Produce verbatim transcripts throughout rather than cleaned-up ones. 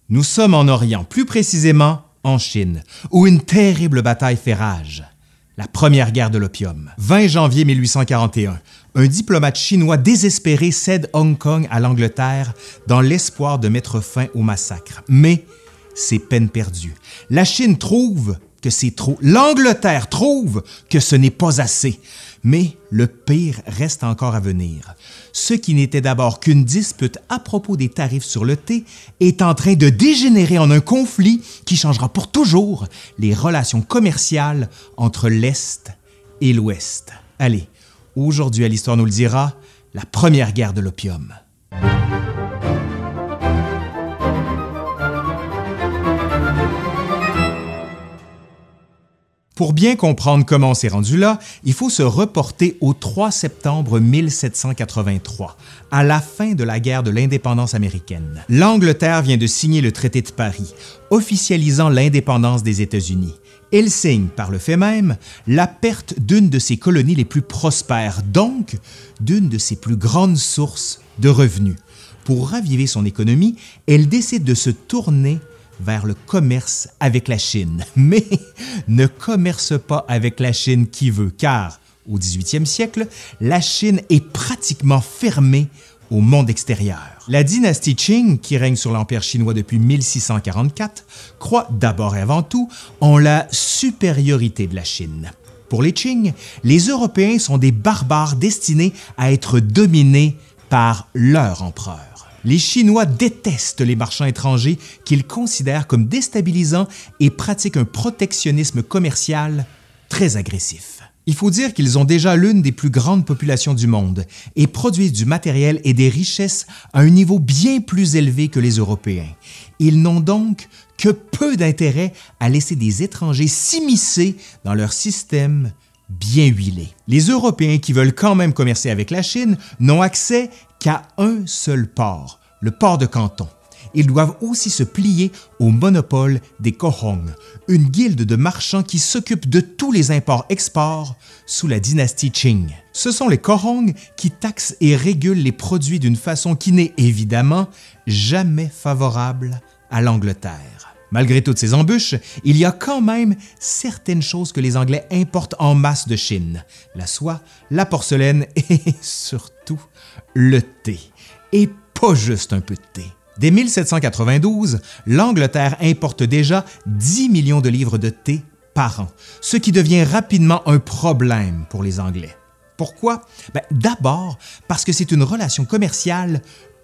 Nous sommes en Orient, plus précisément en Chine, où une terrible bataille fait rage. La première guerre de l'opium. vingt janvier mille huit cent quarante et un, un diplomate chinois désespéré cède Hong Kong à l'Angleterre dans l'espoir de mettre fin au massacre. Mais c'est peine perdue. La Chine trouve que c'est trop. L'Angleterre trouve que ce n'est pas assez. Mais le pire reste encore à venir. Ce qui n'était d'abord qu'une dispute à propos des tarifs sur le thé est en train de dégénérer en un conflit qui changera pour toujours les relations commerciales entre l'Est et l'Ouest. Allez, aujourd'hui à l'Histoire nous le dira, la première guerre de l'opium. Pour bien comprendre comment on s'est rendu là, il faut se reporter au trois septembre mille sept cent quatre-vingt-trois, à la fin de la guerre de l'indépendance américaine. L'Angleterre vient de signer le traité de Paris, officialisant l'indépendance des États-Unis. Elle signe, par le fait même, la perte d'une de ses colonies les plus prospères, donc d'une de ses plus grandes sources de revenus. Pour raviver son économie, elle décide de se tourner vers le commerce avec la Chine. Mais ne commerce pas avec la Chine qui veut, car au dix-huitième siècle, la Chine est pratiquement fermée au monde extérieur. La dynastie Qing, qui règne sur l'Empire chinois depuis mille six cent quarante-quatre, croit d'abord et avant tout en la supériorité de la Chine. Pour les Qing, les Européens sont des barbares destinés à être dominés par leur empereur. Les Chinois détestent les marchands étrangers qu'ils considèrent comme déstabilisants et pratiquent un protectionnisme commercial très agressif. Il faut dire qu'ils ont déjà l'une des plus grandes populations du monde et produisent du matériel et des richesses à un niveau bien plus élevé que les Européens. Ils n'ont donc que peu d'intérêt à laisser des étrangers s'immiscer dans leur système bien huilé. Les Européens qui veulent quand même commercer avec la Chine n'ont accès qu'à un seul port, le port de Canton. Ils doivent aussi se plier au monopole des Kohong, une guilde de marchands qui s'occupe de tous les imports-exports sous la dynastie Qing. Ce sont les Kohong qui taxent et régulent les produits d'une façon qui n'est évidemment jamais favorable à l'Angleterre. Malgré toutes ces embûches, il y a quand même certaines choses que les Anglais importent en masse de Chine. La soie, la porcelaine et surtout le thé. Et pas juste un peu de thé. Dès mille sept cent quatre-vingt-douze, l'Angleterre importe déjà dix millions de livres de thé par an, ce qui devient rapidement un problème pour les Anglais. Pourquoi? Ben, d'abord parce que c'est une relation commerciale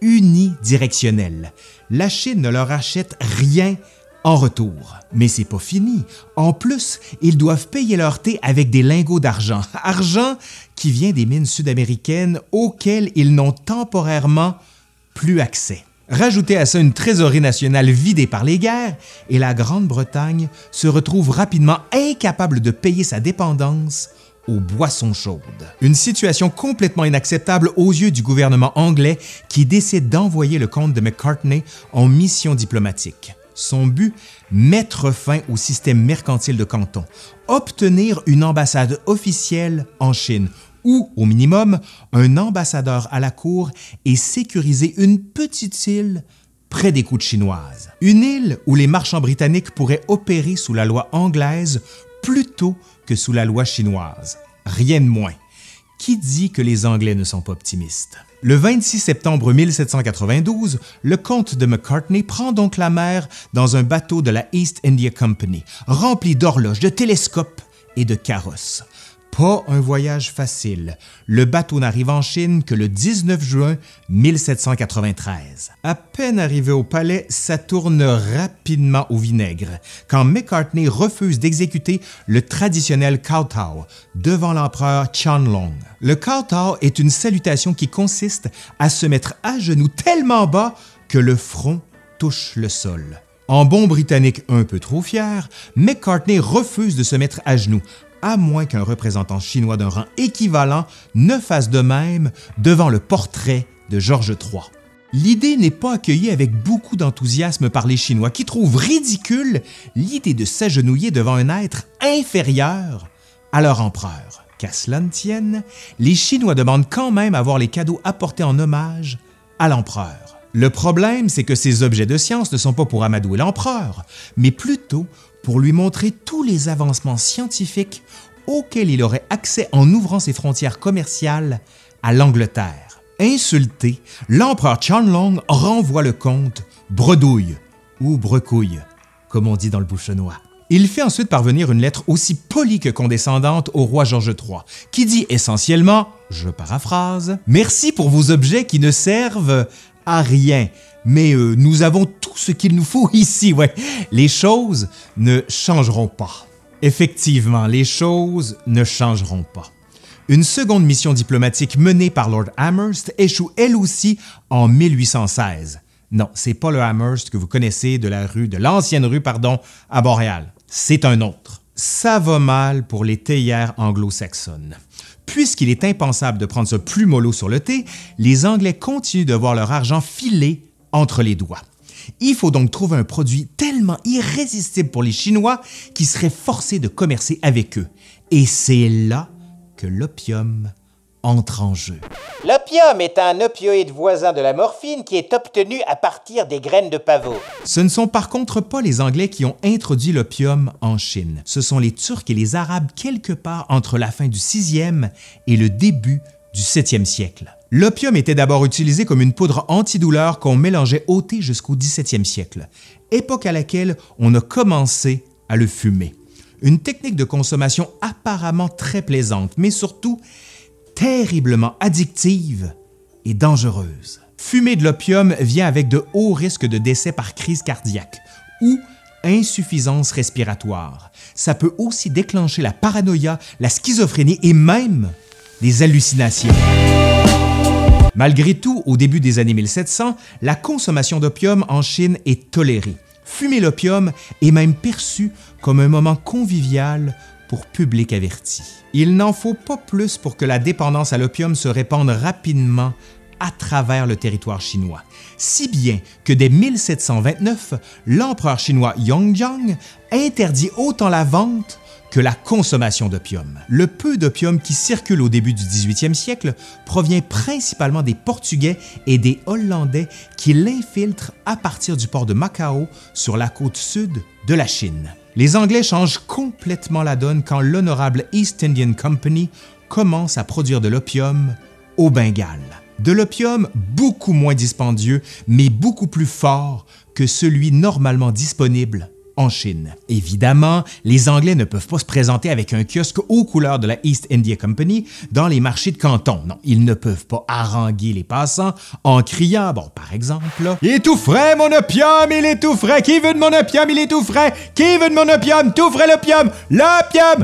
unidirectionnelle. La Chine ne leur achète rien en retour. Mais c'est pas fini. En plus, ils doivent payer leur thé avec des lingots d'argent. Argent qui vient des mines sud-américaines auxquelles ils n'ont temporairement plus accès. Rajoutez à ça une trésorerie nationale vidée par les guerres et la Grande-Bretagne se retrouve rapidement incapable de payer sa dépendance aux boissons chaudes. Une situation complètement inacceptable aux yeux du gouvernement anglais qui décide d'envoyer le comte de Macartney en mission diplomatique. Son but, mettre fin au système mercantile de Canton, obtenir une ambassade officielle en Chine ou, au minimum, un ambassadeur à la cour et sécuriser une petite île près des côtes chinoises. Une île où les marchands britanniques pourraient opérer sous la loi anglaise plutôt que sous la loi chinoise. Rien de moins. Qui dit que les Anglais ne sont pas optimistes? Le vingt-six septembre mille sept cent quatre-vingt-douze, le comte de Macartney prend donc la mer dans un bateau de la East India Company, rempli d'horloges, de télescopes et de carrosses. Pas un voyage facile. Le bateau n'arrive en Chine que le dix-neuf juin mille sept cent quatre-vingt-treize. À peine arrivé au palais, ça tourne rapidement au vinaigre quand Macartney refuse d'exécuter le traditionnel kowtow devant l'empereur Qianlong. Le kowtow est une salutation qui consiste à se mettre à genoux tellement bas que le front touche le sol. En bon britannique un peu trop fier, Macartney refuse de se mettre à genoux, à moins qu'un représentant chinois d'un rang équivalent ne fasse de même devant le portrait de George trois. L'idée n'est pas accueillie avec beaucoup d'enthousiasme par les Chinois qui trouvent ridicule l'idée de s'agenouiller devant un être inférieur à leur empereur. Qu'à cela ne tienne, les Chinois demandent quand même à voir les cadeaux apportés en hommage à l'empereur. Le problème, c'est que ces objets de science ne sont pas pour amadouer l'empereur, mais plutôt pour lui montrer tous les avancements scientifiques auxquels il aurait accès en ouvrant ses frontières commerciales à l'Angleterre. Insulté, l'empereur Qianlong renvoie le comte bredouille ou brecouille, comme on dit dans le bouchonnois. Il fait ensuite parvenir une lettre aussi polie que condescendante au roi George trois, qui dit essentiellement, je paraphrase, « Merci pour vos objets qui ne servent à rien, mais euh, nous avons tout ce qu'il nous faut ici. » Ouais, les choses ne changeront pas. Effectivement, les choses ne changeront pas. Une seconde mission diplomatique menée par Lord Amherst échoue elle aussi en mille huit cent seize. Non, c'est pas le Amherst que vous connaissez de la rue, de l'ancienne rue, pardon, à Montréal. C'est un autre. Ça va mal pour les théières anglo-saxonnes. Puisqu'il est impensable de prendre ce plus mollo sur le thé, les Anglais continuent de voir leur argent filer entre les doigts. Il faut donc trouver un produit tellement irrésistible pour les Chinois qu'ils seraient forcés de commercer avec eux. Et c'est là que l'opium entre en jeu. L'opium est un opioïde voisin de la morphine qui est obtenu à partir des graines de pavot. Ce ne sont par contre pas les Anglais qui ont introduit l'opium en Chine. Ce sont les Turcs et les Arabes quelque part entre la fin du sixième et le début du septième siècle. L'opium était d'abord utilisé comme une poudre antidouleur qu'on mélangeait au thé jusqu'au dix-septième siècle, époque à laquelle on a commencé à le fumer. Une technique de consommation apparemment très plaisante, mais surtout terriblement addictive et dangereuse. Fumer de l'opium vient avec de hauts risques de décès par crise cardiaque ou insuffisance respiratoire. Ça peut aussi déclencher la paranoïa, la schizophrénie et même des hallucinations. Malgré tout, au début des années mille sept cents, la consommation d'opium en Chine est tolérée. Fumer l'opium est même perçu comme un moment convivial pour public averti. Il n'en faut pas plus pour que la dépendance à l'opium se répande rapidement à travers le territoire chinois, si bien que dès mille sept cent vingt-neuf, l'empereur chinois Yongzheng interdit autant la vente que la consommation d'opium. Le peu d'opium qui circule au début du dix-huitième siècle provient principalement des Portugais et des Hollandais qui l'infiltrent à partir du port de Macao sur la côte sud de la Chine. Les Anglais changent complètement la donne quand l'honorable East Indian Company commence à produire de l'opium au Bengale. De l'opium beaucoup moins dispendieux, mais beaucoup plus fort que celui normalement disponible en Chine. Évidemment, les Anglais ne peuvent pas se présenter avec un kiosque aux couleurs de la East India Company dans les marchés de Canton. Non, ils ne peuvent pas haranguer les passants en criant, bon, par exemple, là, « Il est tout frais, mon opium, il est tout frais! Qui veut de mon opium, il est tout frais! Qui veut de mon opium, tout frais l'opium! L'opium! »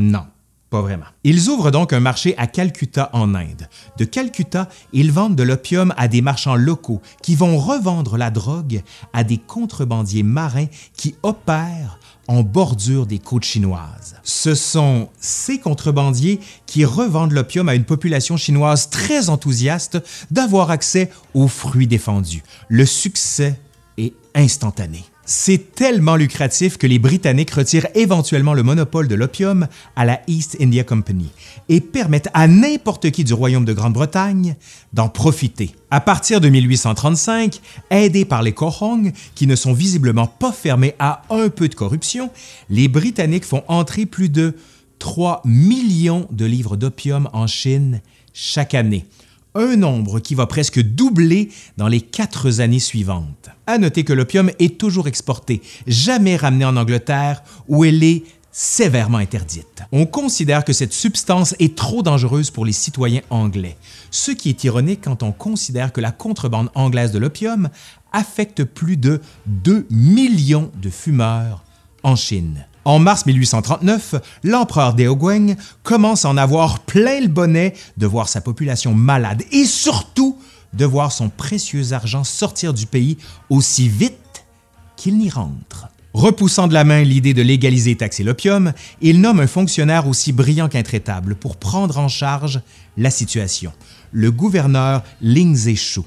Non. Pas vraiment. Ils ouvrent donc un marché à Calcutta en Inde. De Calcutta, ils vendent de l'opium à des marchands locaux qui vont revendre la drogue à des contrebandiers marins qui opèrent en bordure des côtes chinoises. Ce sont ces contrebandiers qui revendent l'opium à une population chinoise très enthousiaste d'avoir accès aux fruits défendus. Le succès est instantané. C'est tellement lucratif que les Britanniques retirent éventuellement le monopole de l'opium à la East India Company et permettent à n'importe qui du Royaume de Grande-Bretagne d'en profiter. À partir de mille huit cent trente-cinq, aidés par les Kohong, qui ne sont visiblement pas fermés à un peu de corruption, les Britanniques font entrer plus de trois millions de livres d'opium en Chine chaque année. Un nombre qui va presque doubler dans les quatre années suivantes. À noter que l'opium est toujours exporté, jamais ramené en Angleterre où elle est sévèrement interdite. On considère que cette substance est trop dangereuse pour les citoyens anglais, ce qui est ironique quand on considère que la contrebande anglaise de l'opium affecte plus de deux millions de fumeurs en Chine. En mars mille huit cent trente-neuf, l'empereur Daoguang commence à en avoir plein le bonnet de voir sa population malade et surtout de voir son précieux argent sortir du pays aussi vite qu'il n'y rentre. Repoussant de la main l'idée de légaliser et taxer l'opium, il nomme un fonctionnaire aussi brillant qu'intraitable pour prendre en charge la situation, le gouverneur Ling Zexu.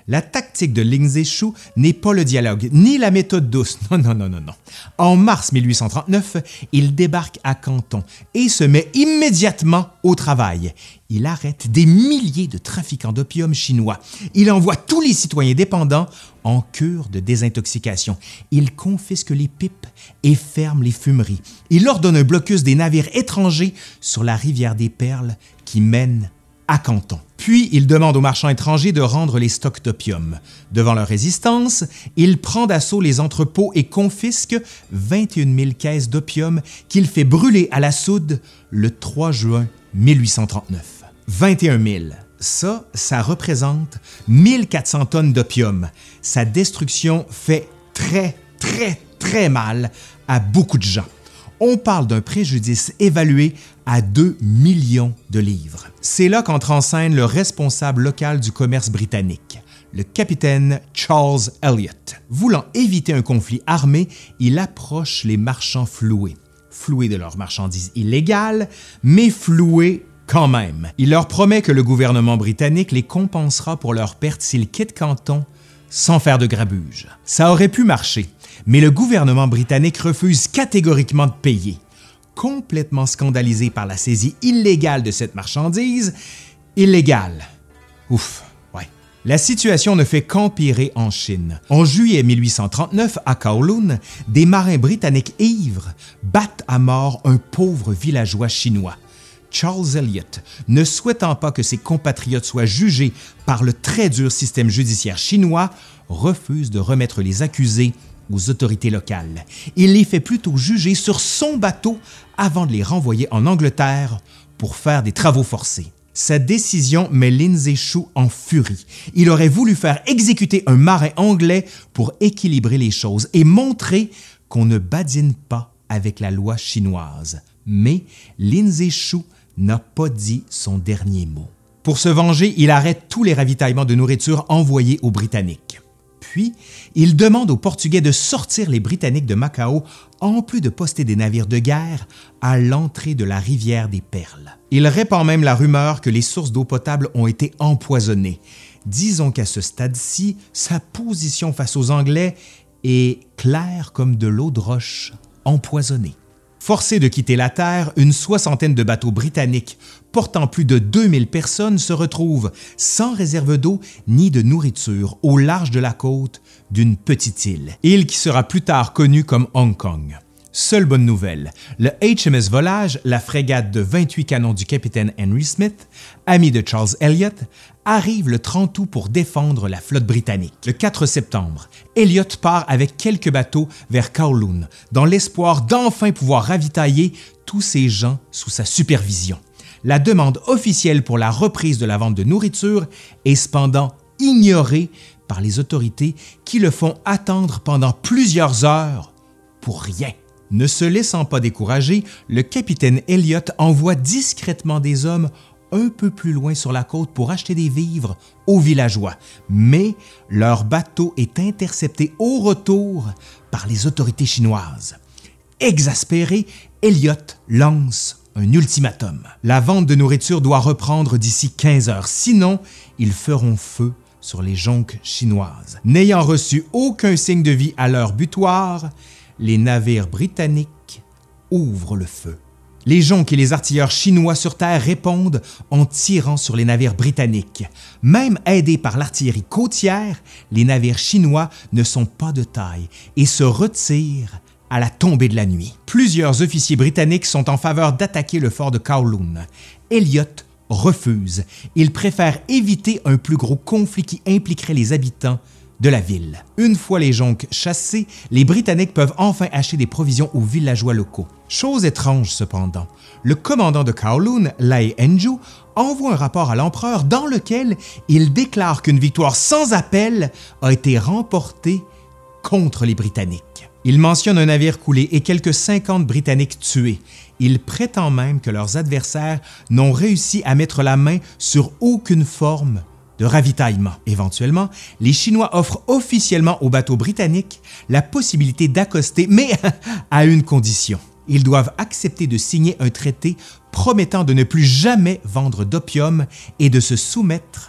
La tactique de Lin Zexu n'est pas le dialogue, ni la méthode douce. Non, non, non, non, non. En mars mille huit cent trente-neuf, il débarque à Canton et se met immédiatement au travail. Il arrête des milliers de trafiquants d'opium chinois. Il envoie tous les citoyens dépendants en cure de désintoxication. Il confisque les pipes et ferme les fumeries. Il ordonne un blocus des navires étrangers sur la rivière des Perles qui mène à Canton. Puis, il demande aux marchands étrangers de rendre les stocks d'opium. Devant leur résistance, il prend d'assaut les entrepôts et confisque vingt et une mille caisses d'opium qu'il fait brûler à la soude le trois juin mille huit cent trente-neuf. vingt et un mille. Ça, ça représente mille quatre cents tonnes d'opium. Sa destruction fait très, très, très mal à beaucoup de gens. On parle d'un préjudice évalué à deux millions de livres. C'est là qu'entre en scène le responsable local du commerce britannique, le capitaine Charles Elliott. Voulant éviter un conflit armé, il approche les marchands floués. Floués de leurs marchandises illégales, mais floués quand même. Il leur promet que le gouvernement britannique les compensera pour leurs pertes s'ils quittent Canton sans faire de grabuge. Ça aurait pu marcher, mais le gouvernement britannique refuse catégoriquement de payer. Complètement scandalisé par la saisie illégale de cette marchandise, illégale. Ouf, ouais. La situation ne fait qu'empirer en Chine. En juillet mille huit cent trente-neuf, à Kowloon, des marins britanniques ivres battent à mort un pauvre villageois chinois. Charles Elliott, ne souhaitant pas que ses compatriotes soient jugés par le très dur système judiciaire chinois, refuse de remettre les accusés aux autorités locales. Il les fait plutôt juger sur son bateau avant de les renvoyer en Angleterre pour faire des travaux forcés. Sa décision met Lin Zexu en furie. Il aurait voulu faire exécuter un marin anglais pour équilibrer les choses et montrer qu'on ne badine pas avec la loi chinoise. Mais Lin Zexu n'a pas dit son dernier mot. Pour se venger, il arrête tous les ravitaillements de nourriture envoyés aux Britanniques. Puis, il demande aux Portugais de sortir les Britanniques de Macao, en plus de poster des navires de guerre à l'entrée de la rivière des Perles. Il répand même la rumeur que les sources d'eau potable ont été empoisonnées. Disons qu'à ce stade-ci, sa position face aux Anglais est claire comme de l'eau de roche empoisonnée. Forcés de quitter la terre, une soixantaine de bateaux britanniques portant plus de deux mille personnes se retrouvent sans réserve d'eau ni de nourriture au large de la côte d'une petite île, île qui sera plus tard connue comme Hong Kong. Seule bonne nouvelle, le H M S Volage, la frégate de vingt-huit canons du capitaine Henry Smith, ami de Charles Elliott, arrive le trente août pour défendre la flotte britannique. Le quatre septembre, Elliott part avec quelques bateaux vers Kowloon, dans l'espoir d'enfin pouvoir ravitailler tous ces gens sous sa supervision. La demande officielle pour la reprise de la vente de nourriture est cependant ignorée par les autorités qui le font attendre pendant plusieurs heures pour rien. Ne se laissant pas décourager, le capitaine Elliott envoie discrètement des hommes un peu plus loin sur la côte pour acheter des vivres aux villageois, mais leur bateau est intercepté au retour par les autorités chinoises. Exaspéré, Elliott lance un ultimatum. La vente de nourriture doit reprendre d'ici quinze heures, sinon ils feront feu sur les jonques chinoises. N'ayant reçu aucun signe de vie à leur butoir, les navires britanniques ouvrent le feu. Les jonques et les artilleurs chinois sur terre répondent en tirant sur les navires britanniques. Même aidés par l'artillerie côtière, les navires chinois ne sont pas de taille et se retirent à la tombée de la nuit. Plusieurs officiers britanniques sont en faveur d'attaquer le fort de Kowloon. Elliott refuse. Il préfère éviter un plus gros conflit qui impliquerait les habitants de la ville. Une fois les jonques chassés, les Britanniques peuvent enfin acheter des provisions aux villageois locaux. Chose étrange cependant, le commandant de Kowloon, Lai Enju, envoie un rapport à l'empereur dans lequel il déclare qu'une victoire sans appel a été remportée contre les Britanniques. Il mentionne un navire coulé et quelques cinquante Britanniques tués. Il prétend même que leurs adversaires n'ont réussi à mettre la main sur aucune forme de ravitaillement. Éventuellement, les Chinois offrent officiellement aux bateaux britanniques la possibilité d'accoster, mais à une condition. Ils doivent accepter de signer un traité promettant de ne plus jamais vendre d'opium et de se soumettre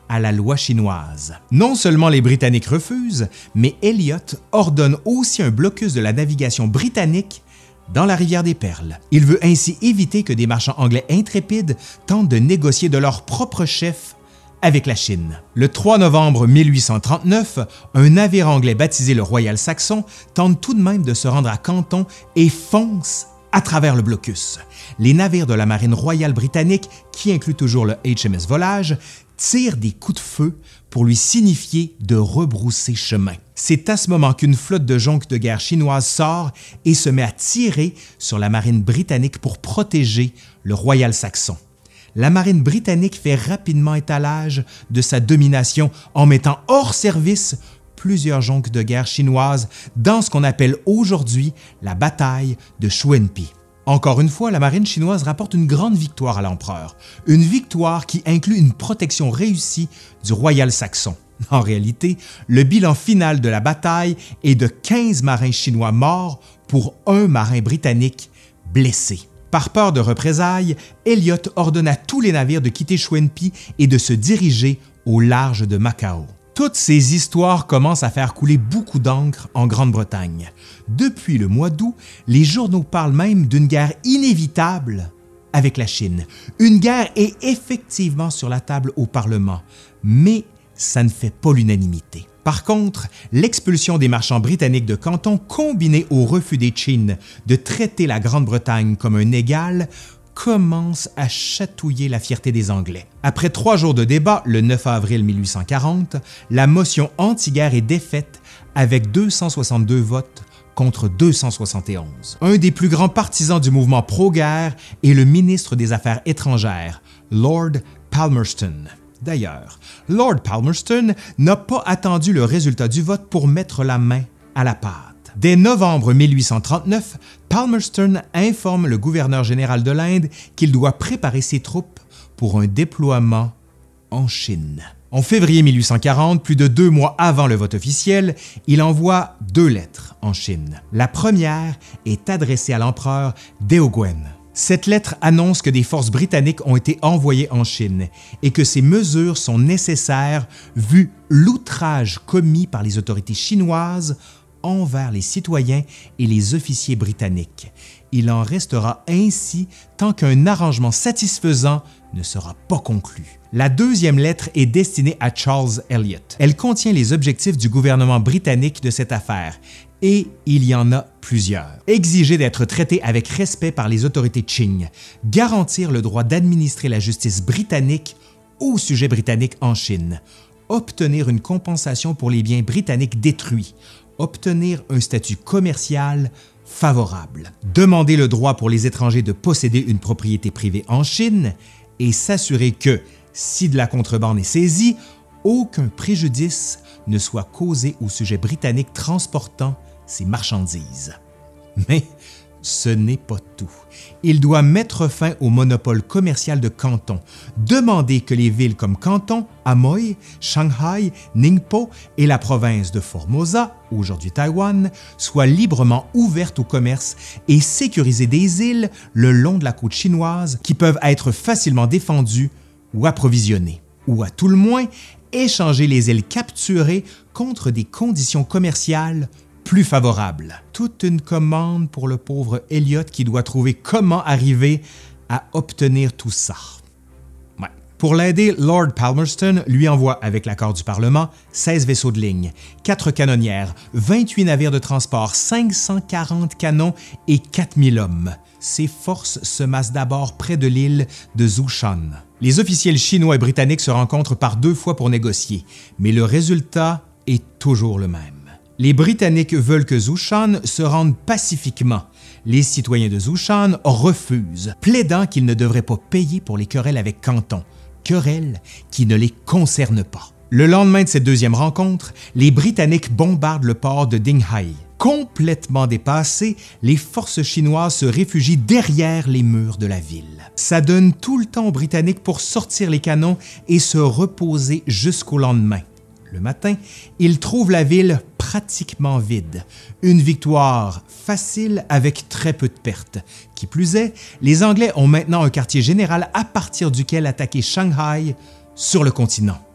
à la loi chinoise. Non seulement les Britanniques refusent, mais Elliot ordonne aussi un blocus de la navigation britannique dans la rivière des Perles. Il veut ainsi éviter que des marchands anglais intrépides tentent de négocier de leur propre chef avec la Chine. Le trois novembre mille huit cent trente-neuf, un navire anglais baptisé le Royal Saxon tente tout de même de se rendre à Canton et fonce à travers le blocus. Les navires de la marine royale britannique, qui inclut toujours le H M S Volage, tirent des coups de feu pour lui signifier de rebrousser chemin. C'est à ce moment qu'une flotte de jonques de guerre chinoise sort et se met à tirer sur la marine britannique pour protéger le Royal Saxon. La marine britannique fait rapidement étalage de sa domination en mettant hors service plusieurs jonques de guerre chinoises dans ce qu'on appelle aujourd'hui la bataille de Chouenpi. Encore une fois, la marine chinoise rapporte une grande victoire à l'empereur, une victoire qui inclut une protection réussie du Royal Saxon. En réalité, le bilan final de la bataille est de quinze marins chinois morts pour un marin britannique blessé. Par peur de représailles, Elliot ordonne à tous les navires de quitter Chouenpi et de se diriger au large de Macao. Toutes ces histoires commencent à faire couler beaucoup d'encre en Grande-Bretagne. Depuis le mois d'août, les journaux parlent même d'une guerre inévitable avec la Chine. Une guerre est effectivement sur la table au Parlement, mais ça ne fait pas l'unanimité. Par contre, l'expulsion des marchands britanniques de Canton, combinée au refus des Qing de traiter la Grande-Bretagne comme un égal, commence à chatouiller la fierté des Anglais. Après trois jours de débat, le neuf avril mille huit cent quarante, la motion anti-guerre est défaite avec deux cent soixante-deux votes contre deux cent soixante et onze. Un des plus grands partisans du mouvement pro-guerre est le ministre des Affaires étrangères, Lord Palmerston. D'ailleurs, Lord Palmerston n'a pas attendu le résultat du vote pour mettre la main à la pâte. Dès novembre mille huit cent trente-neuf, Palmerston informe le gouverneur général de l'Inde qu'il doit préparer ses troupes pour un déploiement en Chine. En février mille huit cent quarante, plus de deux mois avant le vote officiel, il envoie deux lettres en Chine. La première est adressée à l'empereur Daoguan. Cette lettre annonce que des forces britanniques ont été envoyées en Chine et que ces mesures sont nécessaires vu l'outrage commis par les autorités chinoises envers les citoyens et les officiers britanniques. Il en restera ainsi tant qu'un arrangement satisfaisant ne sera pas conclu. La deuxième lettre est destinée à Charles Elliot. Elle contient les objectifs du gouvernement britannique de cette affaire, et il y en a plusieurs. Exiger d'être traité avec respect par les autorités Qing, garantir le droit d'administrer la justice britannique aux sujets britanniques en Chine, obtenir une compensation pour les biens britanniques détruits, obtenir un statut commercial favorable, demander le droit pour les étrangers de posséder une propriété privée en Chine et s'assurer que, si de la contrebande est saisie, aucun préjudice ne soit causé aux sujets britanniques transportant ces marchandises. Mais ce n'est pas tout. Il doit mettre fin au monopole commercial de Canton, demander que les villes comme Canton, Amoy, Shanghai, Ningpo et la province de Formosa, aujourd'hui Taïwan, soient librement ouvertes au commerce et sécuriser des îles le long de la côte chinoise qui peuvent être facilement défendues ou approvisionnées, ou à tout le moins échanger les îles capturées contre des conditions commerciales plus favorable. Toute une commande pour le pauvre Elliot qui doit trouver comment arriver à obtenir tout ça. Ouais. Pour l'aider, Lord Palmerston lui envoie, avec l'accord du Parlement, seize vaisseaux de ligne, quatre canonnières, vingt-huit navires de transport, cinq cent quarante canons et quatre mille hommes. Ses forces se massent d'abord près de l'île de Zhoushan. Les officiels chinois et britanniques se rencontrent par deux fois pour négocier, mais le résultat est toujours le même. Les Britanniques veulent que Zhoushan se rende pacifiquement. Les citoyens de Zhoushan refusent, plaidant qu'ils ne devraient pas payer pour les querelles avec Canton, querelles qui ne les concernent pas. Le lendemain de cette deuxième rencontre, les Britanniques bombardent le port de Dinghai. Complètement dépassés, les forces chinoises se réfugient derrière les murs de la ville. Ça donne tout le temps aux Britanniques pour sortir les canons et se reposer jusqu'au lendemain. Le matin, ils trouvent la ville pratiquement vide. Une victoire facile avec très peu de pertes. Qui plus est, les Anglais ont maintenant un quartier général à partir duquel attaquer Shanghai sur le continent.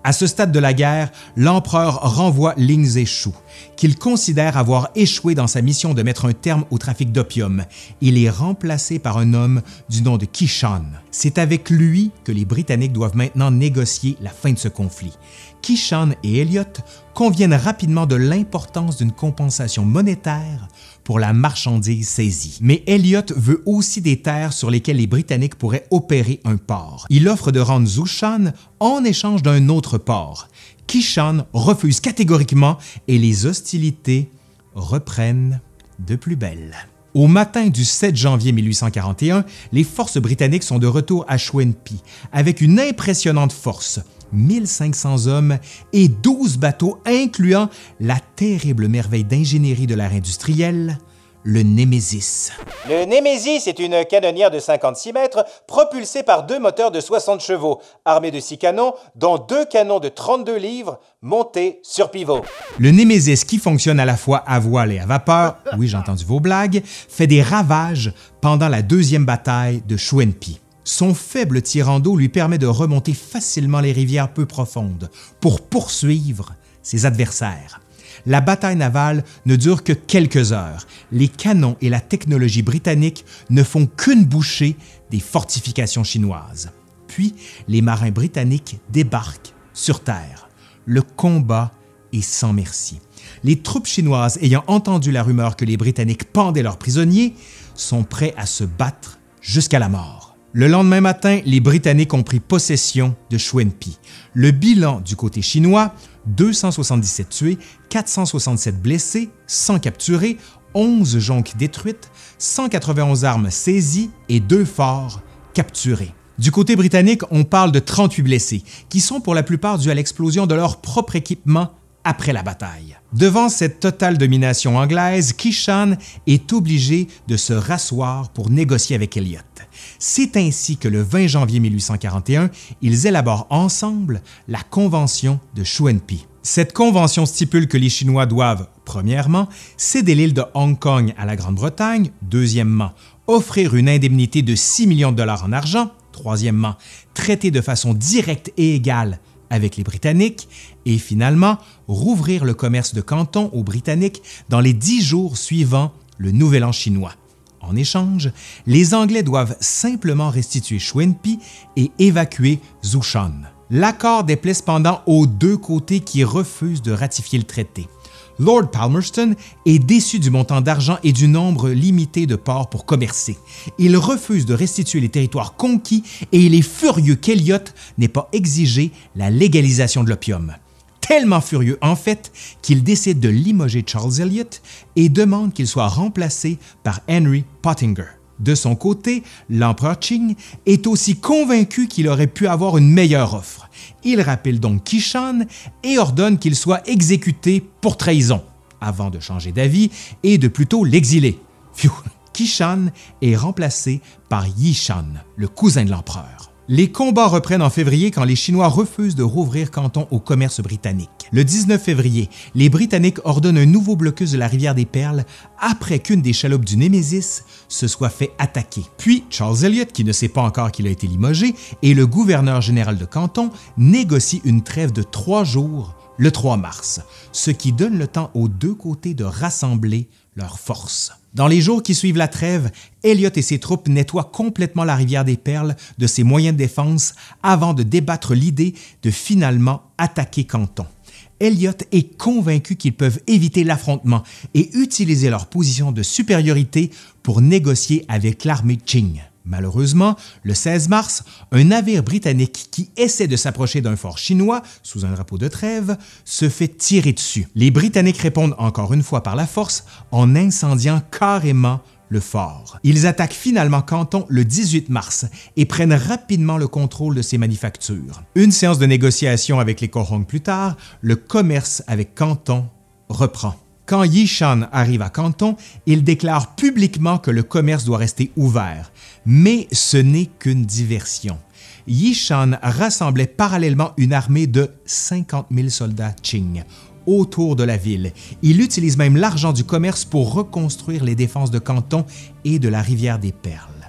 À ce stade de la guerre, l'empereur renvoie Ling Zexu, qu'il considère avoir échoué dans sa mission de mettre un terme au trafic d'opium. Il est remplacé par un homme du nom de Qi Shan. C'est avec lui que les Britanniques doivent maintenant négocier la fin de ce conflit. Qi Shan et Elliott conviennent rapidement de l'importance d'une compensation monétaire pour la marchandise saisie. Mais Elliott veut aussi des terres sur lesquelles les Britanniques pourraient opérer un port. Il offre de rendre Zhoushan en échange d'un autre port. Qi Shan refuse catégoriquement et les hostilités reprennent de plus belle. Au matin du sept janvier mille huit cent quarante et un, les forces britanniques sont de retour à Chouenpi avec une impressionnante force, mille cinq cents hommes et douze bateaux, incluant la terrible merveille d'ingénierie de l'ère industrielle, le Némésis. Le Némésis est une canonnière de cinquante-six mètres propulsée par deux moteurs de soixante chevaux, armée de six canons, dont deux canons de trente-deux livres montés sur pivot. Le Némésis, qui fonctionne à la fois à voile et à vapeur, oui j'ai entendu vos blagues, fait des ravages pendant la deuxième bataille de Chouenpi. Son faible tirant d'eau lui permet de remonter facilement les rivières peu profondes pour poursuivre ses adversaires. La bataille navale ne dure que quelques heures. Les canons et la technologie britannique ne font qu'une bouchée des fortifications chinoises. Puis, les marins britanniques débarquent sur terre. Le combat est sans merci. Les troupes chinoises, ayant entendu la rumeur que les Britanniques pendaient leurs prisonniers, sont prêts à se battre jusqu'à la mort. Le lendemain matin, les Britanniques ont pris possession de Chouenpi. Le bilan du côté chinois, deux cent soixante-dix-sept tués, quatre cent soixante-sept blessés, cent capturés, onze jonques détruites, cent quatre-vingt-onze armes saisies et deux forts capturés. Du côté britannique, on parle de trente-huit blessés, qui sont pour la plupart dus à l'explosion de leur propre équipement après la bataille. Devant cette totale domination anglaise, Qi Shan est obligé de se rasseoir pour négocier avec Elliott. C'est ainsi que le vingt janvier mille huit cent quarante et un, ils élaborent ensemble la Convention de Chouenpi. Cette convention stipule que les Chinois doivent, premièrement, céder l'île de Hong Kong à la Grande-Bretagne, deuxièmement, offrir une indemnité de six millions de dollars en argent, troisièmement, traiter de façon directe et égale avec les Britanniques et finalement rouvrir le commerce de Canton aux Britanniques dans les dix jours suivant le Nouvel An chinois. En échange, les Anglais doivent simplement restituer Chouenpi et évacuer Zhoushan. L'accord déplaît cependant aux deux côtés qui refusent de ratifier le traité. Lord Palmerston est déçu du montant d'argent et du nombre limité de ports pour commercer. Il refuse de restituer les territoires conquis et il est furieux qu'Elliott n'ait pas exigé la légalisation de l'opium. Tellement furieux en fait qu'il décide de limoger Charles Elliott et demande qu'il soit remplacé par Henry Pottinger. De son côté, l'empereur Qing est aussi convaincu qu'il aurait pu avoir une meilleure offre. Il rappelle donc Qi Shan et ordonne qu'il soit exécuté pour trahison, avant de changer d'avis et de plutôt l'exiler. Pfiou! Qi Shan est remplacé par Yi Shan, le cousin de l'empereur. Les combats reprennent en février quand les Chinois refusent de rouvrir Canton au commerce britannique. Le dix-neuf février, les Britanniques ordonnent un nouveau blocus de la rivière des Perles après qu'une des chaloupes du Némésis se soit fait attaquer. Puis Charles Elliott, qui ne sait pas encore qu'il a été limogé, et le gouverneur général de Canton négocient une trêve de trois jours le trois mars, ce qui donne le temps aux deux côtés de rassembler leurs forces. Dans les jours qui suivent la trêve, Elliott et ses troupes nettoient complètement la rivière des Perles de ses moyens de défense avant de débattre l'idée de finalement attaquer Canton. Elliott est convaincu qu'ils peuvent éviter l'affrontement et utiliser leur position de supériorité pour négocier avec l'armée Qing. Malheureusement, le seize mars, un navire britannique qui essaie de s'approcher d'un fort chinois sous un drapeau de trêve se fait tirer dessus. Les Britanniques répondent encore une fois par la force en incendiant carrément le fort. Ils attaquent finalement Canton le dix-huit mars et prennent rapidement le contrôle de ses manufactures. Une séance de négociation avec les Kohong plus tard, le commerce avec Canton reprend. Quand Yi Shan arrive à Canton, il déclare publiquement que le commerce doit rester ouvert. Mais ce n'est qu'une diversion. Yi Shan rassemblait parallèlement une armée de cinquante mille soldats Qing autour de la ville. Il utilise même l'argent du commerce pour reconstruire les défenses de Canton et de la rivière des Perles.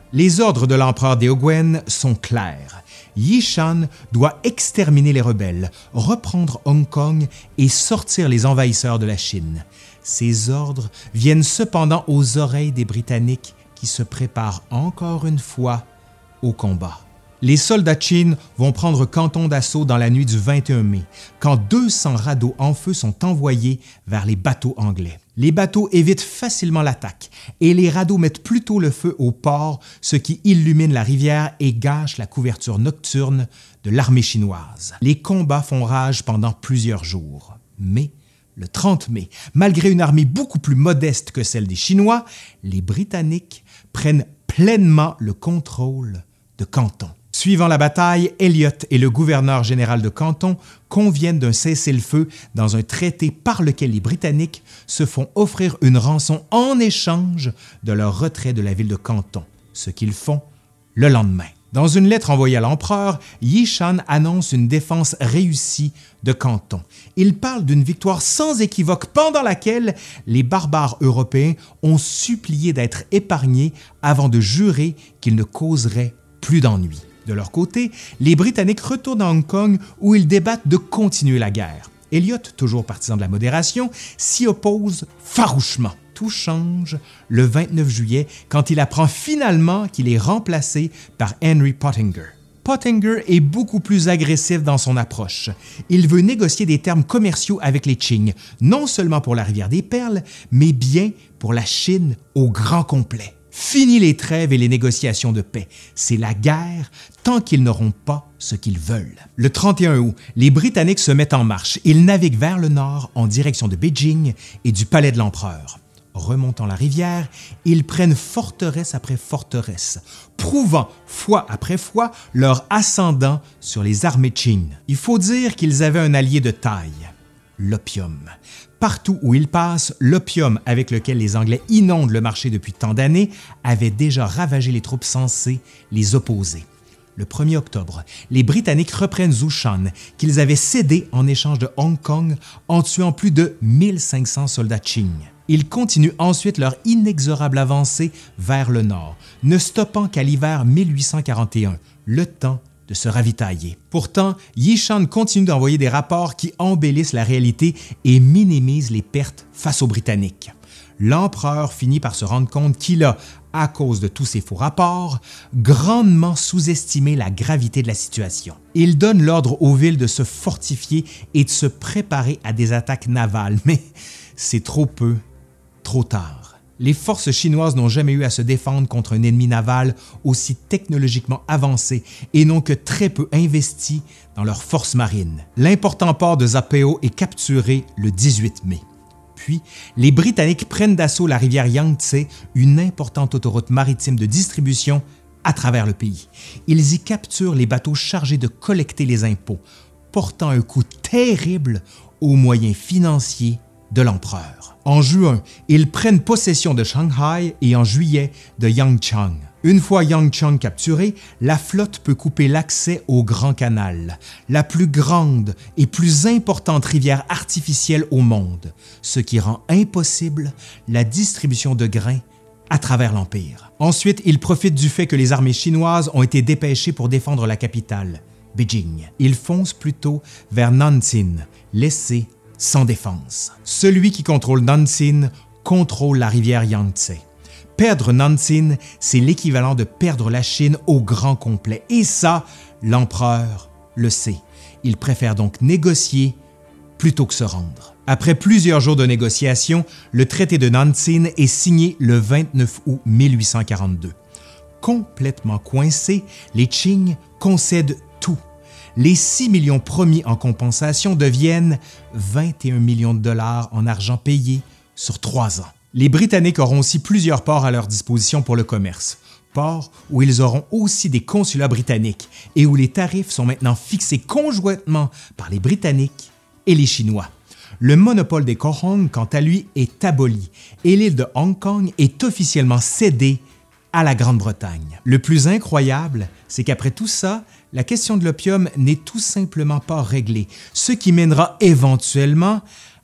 Les ordres de l'empereur Deoguen sont clairs. Yi Shan doit exterminer les rebelles, reprendre Hong Kong et sortir les envahisseurs de la Chine. Ces ordres viennent cependant aux oreilles des Britanniques qui se préparent encore une fois au combat. Les soldats Qin vont prendre Canton d'assaut dans la nuit du vingt et un mai, quand deux cents radeaux en feu sont envoyés vers les bateaux anglais. Les bateaux évitent facilement l'attaque et les radeaux mettent plutôt le feu au port, ce qui illumine la rivière et gâche la couverture nocturne de l'armée chinoise. Les combats font rage pendant plusieurs jours. Mais le trente mai, malgré une armée beaucoup plus modeste que celle des Chinois, les Britanniques prennent pleinement le contrôle de Canton. Suivant la bataille, Elliott et le gouverneur général de Canton conviennent d'un cessez-le-feu dans un traité par lequel les Britanniques se font offrir une rançon en échange de leur retrait de la ville de Canton, ce qu'ils font le lendemain. Dans une lettre envoyée à l'empereur, Yi Shan annonce une défense réussie de Canton. Il parle d'une victoire sans équivoque pendant laquelle les barbares européens ont supplié d'être épargnés avant de jurer qu'ils ne causeraient plus d'ennuis. De leur côté, les Britanniques retournent à Hong Kong où ils débattent de continuer la guerre. Elliott, toujours partisan de la modération, s'y oppose farouchement. Tout change le vingt-neuf juillet quand il apprend finalement qu'il est remplacé par Henry Pottinger. Pottinger est beaucoup plus agressif dans son approche. Il veut négocier des termes commerciaux avec les Qing, non seulement pour la rivière des Perles, mais bien pour la Chine au grand complet. Fini les trêves et les négociations de paix. C'est la guerre tant qu'ils n'auront pas ce qu'ils veulent. Le trente et un août, les Britanniques se mettent en marche. Ils naviguent vers le nord en direction de Beijing et du palais de l'empereur. Remontant la rivière, ils prennent forteresse après forteresse, prouvant fois après fois leur ascendant sur les armées Qing. Il faut dire qu'ils avaient un allié de taille, l'opium. Partout où ils passent, l'opium avec lequel les Anglais inondent le marché depuis tant d'années avait déjà ravagé les troupes censées les opposer. Le premier octobre, les Britanniques reprennent Zhoushan, qu'ils avaient cédé en échange de Hong Kong en tuant plus de mille cinq cents soldats Qing. Ils continuent ensuite leur inexorable avancée vers le nord, ne stoppant qu'à l'hiver mille huit cent quarante et un, le temps de se ravitailler. Pourtant, Yi Shan continue d'envoyer des rapports qui embellissent la réalité et minimisent les pertes face aux Britanniques. L'empereur finit par se rendre compte qu'il a, à cause de tous ces faux rapports, grandement sous-estimé la gravité de la situation. Il donne l'ordre aux villes de se fortifier et de se préparer à des attaques navales, mais c'est trop peu, trop tard. Les forces chinoises n'ont jamais eu à se défendre contre un ennemi naval aussi technologiquement avancé et n'ont que très peu investi dans leurs forces marines. L'important port de Zapeo est capturé le dix-huit mai. Puis, les Britanniques prennent d'assaut la rivière Yangtze, une importante autoroute maritime de distribution à travers le pays. Ils y capturent les bateaux chargés de collecter les impôts, portant un coup terrible aux moyens financiers de l'empereur. En juin, ils prennent possession de Shanghai et en juillet de Yangchang. Une fois Yangchang capturé, la flotte peut couper l'accès au Grand Canal, la plus grande et plus importante rivière artificielle au monde, ce qui rend impossible la distribution de grains à travers l'Empire. Ensuite, ils profitent du fait que les armées chinoises ont été dépêchées pour défendre la capitale, Beijing. Ils foncent plutôt vers Nanjing, laissés sans défense. Celui qui contrôle Nanjing contrôle la rivière Yangtze. Perdre Nanjing, c'est l'équivalent de perdre la Chine au grand complet. Et ça, l'empereur le sait. Il préfère donc négocier plutôt que se rendre. Après plusieurs jours de négociations, le traité de Nanjing est signé le vingt-neuf août mille huit cent quarante-deux. Complètement coincés, les Qing concèdent tout. Les six millions promis en compensation deviennent vingt et un millions de dollars en argent payé sur trois ans. Les Britanniques auront aussi plusieurs ports à leur disposition pour le commerce, ports où ils auront aussi des consulats britanniques et où les tarifs sont maintenant fixés conjointement par les Britanniques et les Chinois. Le monopole des Cohong, quant à lui, est aboli et l'île de Hong Kong est officiellement cédée à la Grande-Bretagne. Le plus incroyable, c'est qu'après tout ça, la question de l'opium n'est tout simplement pas réglée, ce qui mènera éventuellement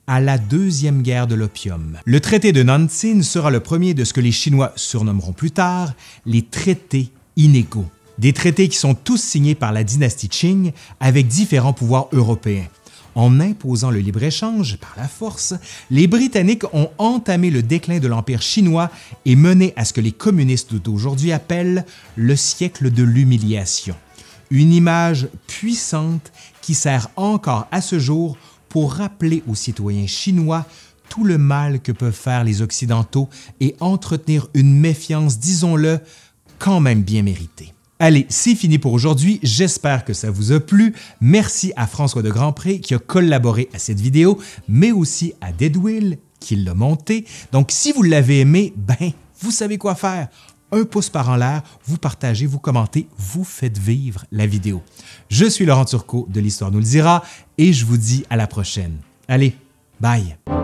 à la Deuxième Guerre de l'opium. Le traité de Nanjing sera le premier de ce que les Chinois surnommeront plus tard les traités inégaux. Des traités qui sont tous signés par la dynastie Qing avec différents pouvoirs européens. En imposant le libre-échange par la force, les Britanniques ont entamé le déclin de l'Empire chinois et mené à ce que les communistes d'aujourd'hui appellent le siècle de l'humiliation. Une image puissante qui sert encore à ce jour pour rappeler aux citoyens chinois tout le mal que peuvent faire les Occidentaux et entretenir une méfiance, disons-le, quand même bien méritée. Allez, c'est fini pour aujourd'hui. J'espère que ça vous a plu. Merci à François de Grandpré qui a collaboré à cette vidéo, mais aussi à Deadwill qui l'a montée. Donc, si vous l'avez aimé, ben, vous savez quoi faire. Un pouce par en l'air, vous partagez, vous commentez, vous faites vivre la vidéo. Je suis Laurent Turcot de l'Histoire nous le dira et je vous dis à la prochaine. Allez, bye!